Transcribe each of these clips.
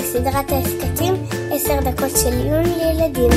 בסדרת ההסכתים 10 דקות של עיון לילדים.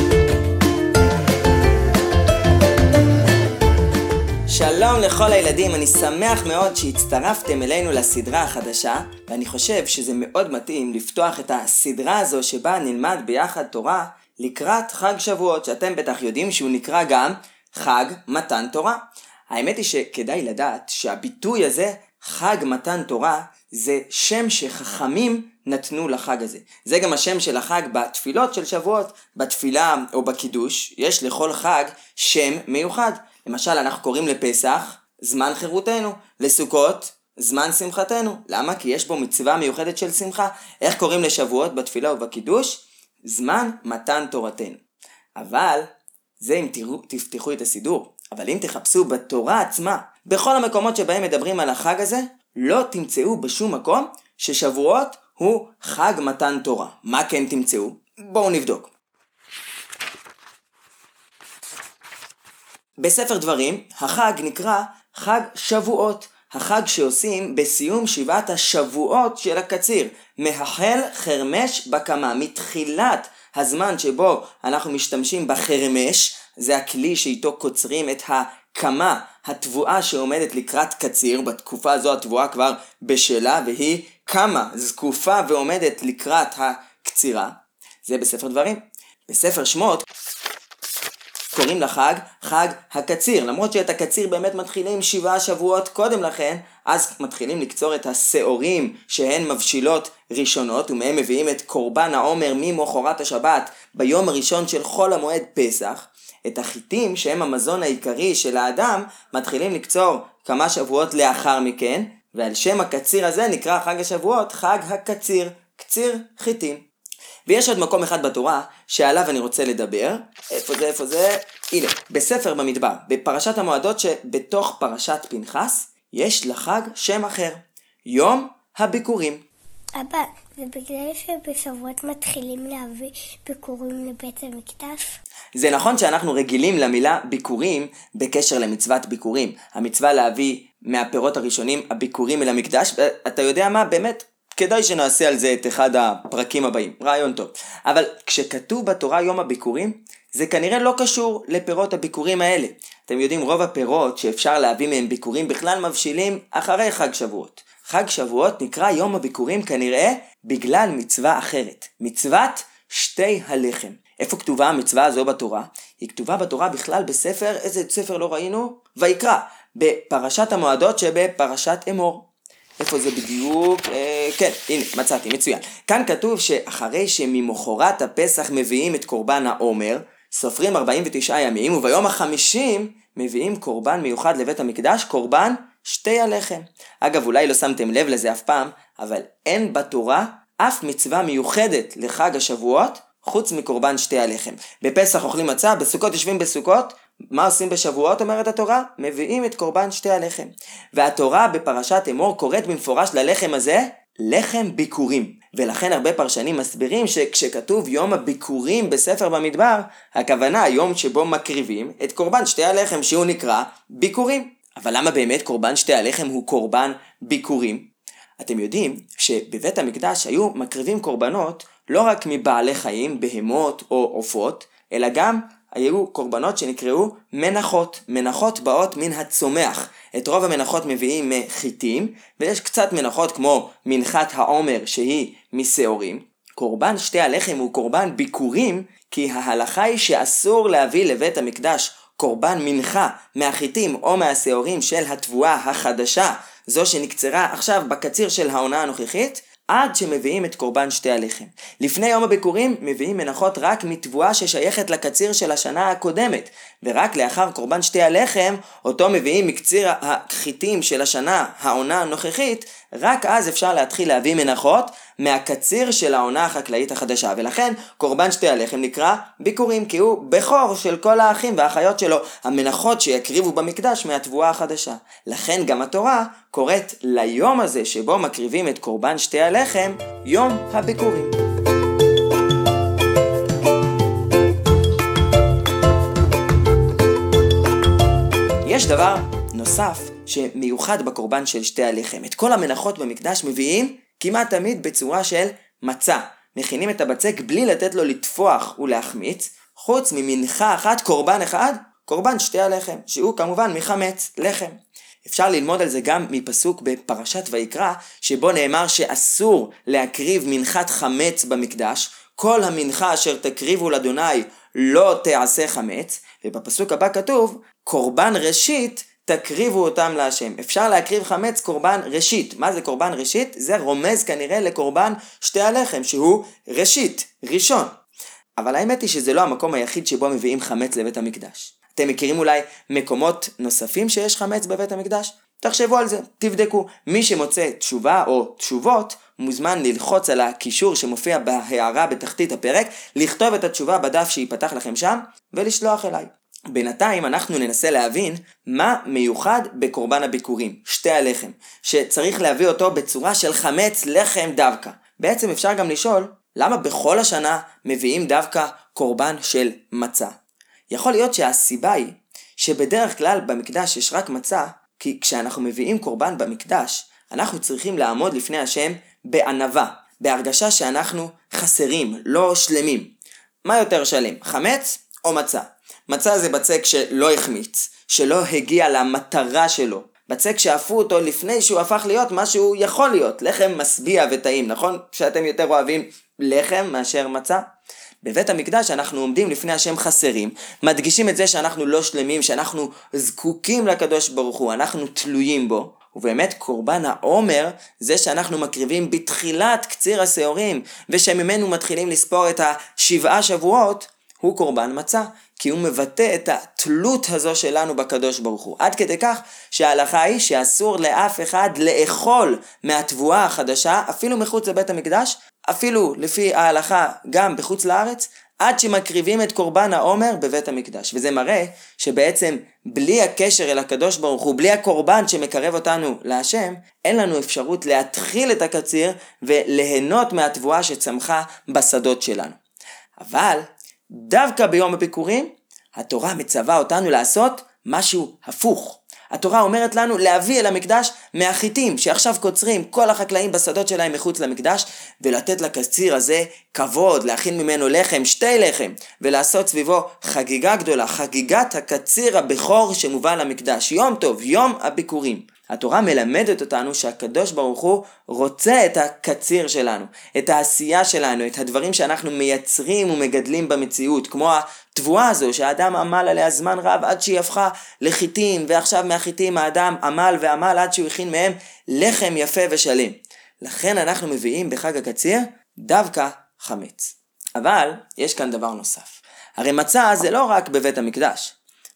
שלום לכל הילדים, אני שמח מאוד שהצטרפתם אלינו לסדרה החדשה, ואני חושב שזה מאוד מתאים לפתוח את הסדרה הזו שבה נלמד ביחד תורה לקראת חג שבועות, שאתם בטח יודעים שהוא נקרא גם חג מתן תורה. האמת היא שכדאי לדעת שהביטוי הזה, חג מתן תורה, זה שם שחכמים נתנו לחג הזה. זה גם השם של החג בתפילות של שבועות. בתפילה או בקידוש יש לכל חג שם מיוחד. למשל אנחנו קוראים לפסח זמן חירותנו, לסוכות זמן שמחתנו. למה? כי יש בו מצווה מיוחדת של שמחה. איך קוראים לשבועות בתפילה ובקידוש? זמן מתן תורתנו. אבל זה אם תפתחו את הסידור. אבל אם תחפשו בתורה עצמה, בכל המקומות שבהם מדברים על החג הזה, לא תמצאו בשום מקום ששבועות הוא חג מתן תורה. מה כן תמצאו? בואו נבדוק. בספר דברים, החג נקרא חג שבועות. החג שעושים בסיום 7 השבועות של הקציר. מהחל חרמש בקמה. מתחילת הזמן שבו אנחנו משתמשים בחרמש, זה הכלי שאיתו קוצרים את הקמה, התבואה שעומדת לקראת קציר. בתקופה הזו התבואה כבר בשלה והיא קמה, זקופה ועומדת לקראת הקצירה. זה בספר דברים. בספר שמות קוראים לחג חג הקציר, למרות שאת הקציר באמת מתחילים 7 שבועות קודם לכן, אז מתחילים לקצור את השעורים שהן מבשילות ראשונות, ומהם מביאים את קורבן העומר ממחרת השבת ביום הראשון של חול המועד פסח. את החיטים שהם המזון העיקרי של האדם מתחילים לקצור כמה שבועות לאחר מכן, ועל שם הקציר הזה נקרא חג השבועות חג הקציר, קציר חיטים. ויש עוד מקום אחד בתורה שעליו אני רוצה לדבר. איפה זה? הנה, בספר במדבר, בפרשת המועדות שבתוך פרשת פנחס, יש לחג שם אחר, יום הביקורים. אבא, זה בגלל שבשבועות מתחילים להביא ביקורים לבית המקדש? זה נכון שאנחנו רגילים למילה ביקורים בקשר למצוות ביקורים. המצווה להביא מהפירות הראשונים הביקורים אל המקדש. אתה יודע מה? באמת כדאי שנעשה על זה את אחד הפרקים הבאים. רעיון טוב. אבל כשכתוב בתורה יום הביקורים, זה כנראה לא קשור לפירות הביקורים האלה. אתם יודעים, רוב הפירות שאפשר להביא מהם ביקורים בכלל מבשילים אחרי חג שבועות. חג שבועות נקרא יום הביקורים כנראה בגלל מצווה אחרת. מצוות שתי הלחם. איפה כתובה המצווה הזו בתורה? היא כתובה בתורה בכלל בספר, איזה ספר לא ראינו? ויקרא, בפרשת המועדות שבפרשת אמור. איפה זה בדיוק? כן, הנה, מצאתי, מצוין. כאן כתוב שאחרי שממחרת הפסח מביאים את קורבן העומר, סופרים 49 ימים, וביום ה-50 מביאים קורבן מיוחד לבית המקדש, קורבן שתי הלחם. אגב, אולי לא שמתם לב לזה אף פעם, אבל אין בתורה אף מצווה מיוחדת לחג השבועות, חוץ מקורבן שתי הלחם. בפסח אוכלים מצה, בסוכות יושבים בסוכות. מה עושים בשבועות, אומרת התורה? מביאים את קורבן שתי הלחם. והתורה בפרשת אמור קוראת במפורש ללחם הזה לחם ביקורים. ולכן הרבה פרשנים מסבירים שכשכתוב יום הביקורים בספר במדבר, הכוונה היום שבו מקריבים את קורבן שתי הלחם שהוא נקרא ביקורים. אבל למה באמת קורבן שתי הלחם הוא קורבן ביקורים? אתם יודעים שבבית המקדש היו מקריבים קורבנות לא רק מבעלי חיים, בהמות או עופות, אלא גם היו קורבנות שנקראו מנחות. מנחות באות מן הצומח. את רוב המנחות מביאים מחיטים, ויש קצת מנחות כמו מנחת העומר שהיא משעורים. קורבן שתי הלחם הוא קורבן ביקורים, כי ההלכה היא שאסור להביא לבית המקדש קורבן מנחה מהחיטים או מהשעורים של התבואה החדשה, זו שנקצרה עכשיו בקציר של העונה הנוכחית, עד שמביאים את קורבן שתי הלחם. לפני יום הביקורים מביאים מנחות רק מתבואה ששייכת לקציר של השנה הקודמת, ורק לאחר קורבן שתי הלחם, אותו מביאים מקציר החיטים של השנה העונה הנוכחית, רק אז אפשר להתחיל להביא מנחות מהקציר של העונה החקלאית החדשה. ולכן קורבן שתי הלחם נקרא ביקורים, כי הוא בכור של כל האחים והאחיות שלו, המנחות שיקריבו במקדש מהתבואה החדשה. לכן גם התורה קוראת ליום הזה שבו מקריבים את קורבן שתי הלחם יום הביקורים. יש דבר נוסף שמיוחד בקורבן של שתי הלחם. את כל המנחות במקדש מביאים כמעט תמיד בצורה של מצה. מכינים את הבצק בלי לתת לו לטפוח ולהחמיץ, חוץ ממנחה אחת, קורבן אחד, קורבן שתי הלחם, שהוא כמובן מחמץ, לחם. אפשר ללמוד על זה גם מפסוק בפרשת ויקרא, שבו נאמר שאסור להקריב מנחת חמץ במקדש, כל המנחה אשר תקריבו לאדוני לא תעשה חמץ, ובפסוק הבא כתוב, קורבן ראשית תקריבו אותם להשם. אפשר להקריב חמץ קורבן ראשית. מה זה קורבן ראשית? זה רומז כנראה לקורבן שתי הלחם, שהוא ראשית, ראשון. אבל האמת היא שזה לא המקום היחיד שבו מביאים חמץ לבית המקדש. אתם מכירים אולי מקומות נוספים שיש חמץ בבית המקדש? תחשבו על זה, תבדקו. מי שמוצא תשובה או תשובות, מוזמן ללחוץ על הקישור שמופיע בהערה בתחתית הפרק, לכתוב את התשובה בדף שיפתח לכם שם, ולשלוח אליי. בינתיים אנחנו ננסה להבין מה מיוחד בקורבן הביקורים, שתי הלחם, שצריך להביא אותו בצורה של חמץ לחם דווקא. בעצם אפשר גם לשאול, למה בכל השנה מביאים דווקא קורבן של מצה? יכול להיות שהסיבה היא שבדרך כלל במקדש יש רק מצה, כי כשאנחנו מביאים קורבן במקדש, אנחנו צריכים לעמוד לפני השם בענווה, בהרגשה שאנחנו חסרים, לא שלמים. מה יותר שלם, חמץ או מצה? מצה זה בצק שלא החמיץ, שלא הגיע למטרה שלו. בצק שאפו אותו לפני שהוא הפך להיות מה שהוא יכול להיות, לחם משביע וטעים, נכון? שאתם יותר אוהבים לחם מאשר מצה? בבית המקדש אנחנו עומדים לפני השם חסרים, מדגישים את זה שאנחנו לא שלמים, שאנחנו זקוקים לקדוש ברוך הוא, אנחנו תלויים בו. ובאמת קורבן העומר זה שאנחנו מקריבים בתחילת קציר השעורים, ושממנו מתחילים לספור את 7 שבועות, הוא קורבן מצה, כי הוא מבטא את התלות הזו שלנו בקדוש ברוך הוא. עד כדי כך שההלכה היא שאסור לאף אחד לאכול מהתבואה החדשה, אפילו מחוץ לבית המקדש, אפילו לפי ההלכה גם בחוץ לארץ, עד שמקריבים את קורבן העומר בבית המקדש. וזה מראה שבעצם בלי הקשר אל הקדוש ברוך הוא, בלי הקורבן שמקרב אותנו להשם, אין לנו אפשרות להתחיל את הקציר וליהנות מהתבואה שצמחה בשדות שלנו. אבל דווקא ביום הביקורים, התורה מצווה אותנו לעשות משהו הפוך. התורה אומרת לנו להביא אל המקדש מהחיטים שעכשיו קוצרים כל החקלאים בשדות שלהם מחוץ למקדש, ולתת לקציר הזה כבוד, להכין ממנו לחם, 2 לחם, ולעשות סביבו חגיגה גדולה, חגיגת הקציר הבכור שמובא למקדש. יום טוב, יום הביקורים. התורה מלמדת אותנו שהקדוש ברוך הוא רוצה את הקציר שלנו, את העשייה שלנו, את הדברים שאנחנו מייצרים ומגדלים במציאות, כמו התבואה הזו שהאדם עמל עליה זמן רב עד שהיא הפכה לחיטים, ועכשיו מהחיטים האדם עמל ועמל עד שהוא הכין מהם לחם יפה ושלם. לכן אנחנו מביאים בחג הקציר דווקא חמץ. אבל יש כאן דבר נוסף. הרי מצה זה לא רק בבית המקדש.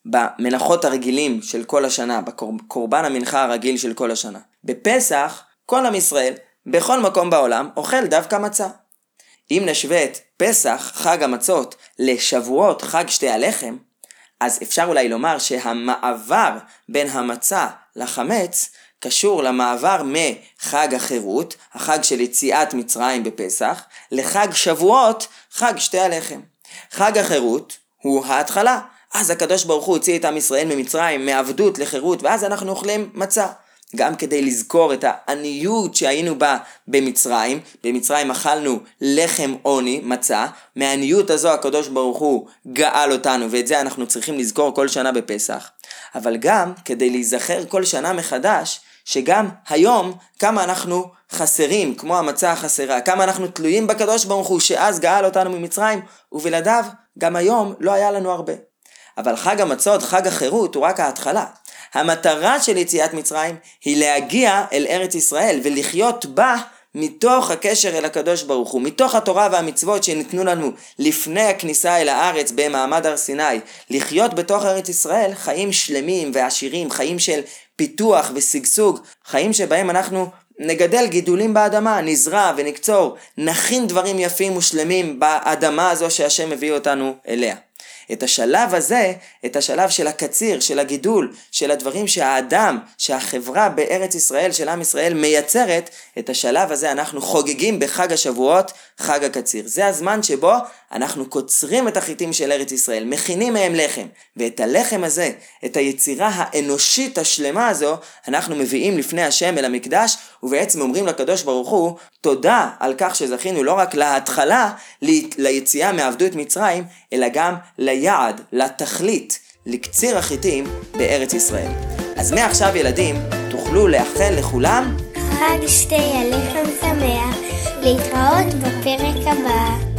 במנחות הרגילים של כל השנה, בקורבן המנחה הרגיל של כל השנה. בפסח, כל עם ישראל, בכל מקום בעולם, אוכל דווקא מצה. אם נשווה את פסח, חג המצות, לשבועות, חג שתי הלחם, אז אפשר אולי לומר שהמעבר בין המצה לחמץ, קשור למעבר מחג החירות, החג של יציאת מצרים בפסח, לחג שבועות, חג שתי הלחם. חג החירות הוא ההתחלה. אז הקדוש ברוך הוא הוציא את עם ישראל ממצרים, מעבדות לחירות, ואז אנחנו אוכלים מצה. גם כדי לזכור את העניות שהיינו בה במצרים. במצרים אכלנו לחם עוני, מצה. מהעניות הזו הקדוש ברוך הוא גאל אותנו, ואת זה אנחנו צריכים לזכור כל שנה בפסח. אבל גם כדי להיזכר כל שנה מחדש, שגם היום כמה אנחנו חסרים, כמו המצה החסרה, כמה אנחנו תלויים בקדוש ברוך הוא שאז גאל אותנו ממצרים, ובלעדיו גם היום לא היה לנו הרבה. אבל חג המצות, חג החירות, הוא רק ההתחלה. המטרה של יציאת מצרים היא להגיע אל ארץ ישראל ולחיות בה מתוך הקשר אל הקדוש ברוך הוא, מתוך התורה והמצוות שניתנו לנו לפני הכניסה אל הארץ במעמד הר סיני, לחיות בתוך ארץ ישראל חיים שלמים ועשירים, חיים של פיתוח וסגסוג, חיים שבהם אנחנו נגדל גידולים באדמה, נזרע ונקצור, נכין דברים יפים ושלמים באדמה הזו שהשם מביא אותנו אליה. את השלב הזה, את השלב של הקציר, של הגידול, של הדברים שהאדם, שהחברה בארץ ישראל, של עם ישראל מייצרת, את השלב הזה אנחנו חוגגים בחג השבועות, חג הקציר. זה הזמן שבו אנחנו קוצרים את החיטים של ארץ ישראל, מכינים מהם לחם, ואת הלחם הזה, את היצירה האנושית השלמה הזו, אנחנו מביאים לפני השם אל המקדש, ובעצם אומרים לקדוש ברוך הוא, תודה על כך שזכינו לא רק להתחלה, ליציאה מעבדות מצרים, אלא גם ליעד, לתכלית, לקציר החיטים בארץ ישראל. אז מעכשיו ילדים, תוכלו לאחל לכולם חג שתי הלחם שמח, להתראות בפרק הבא.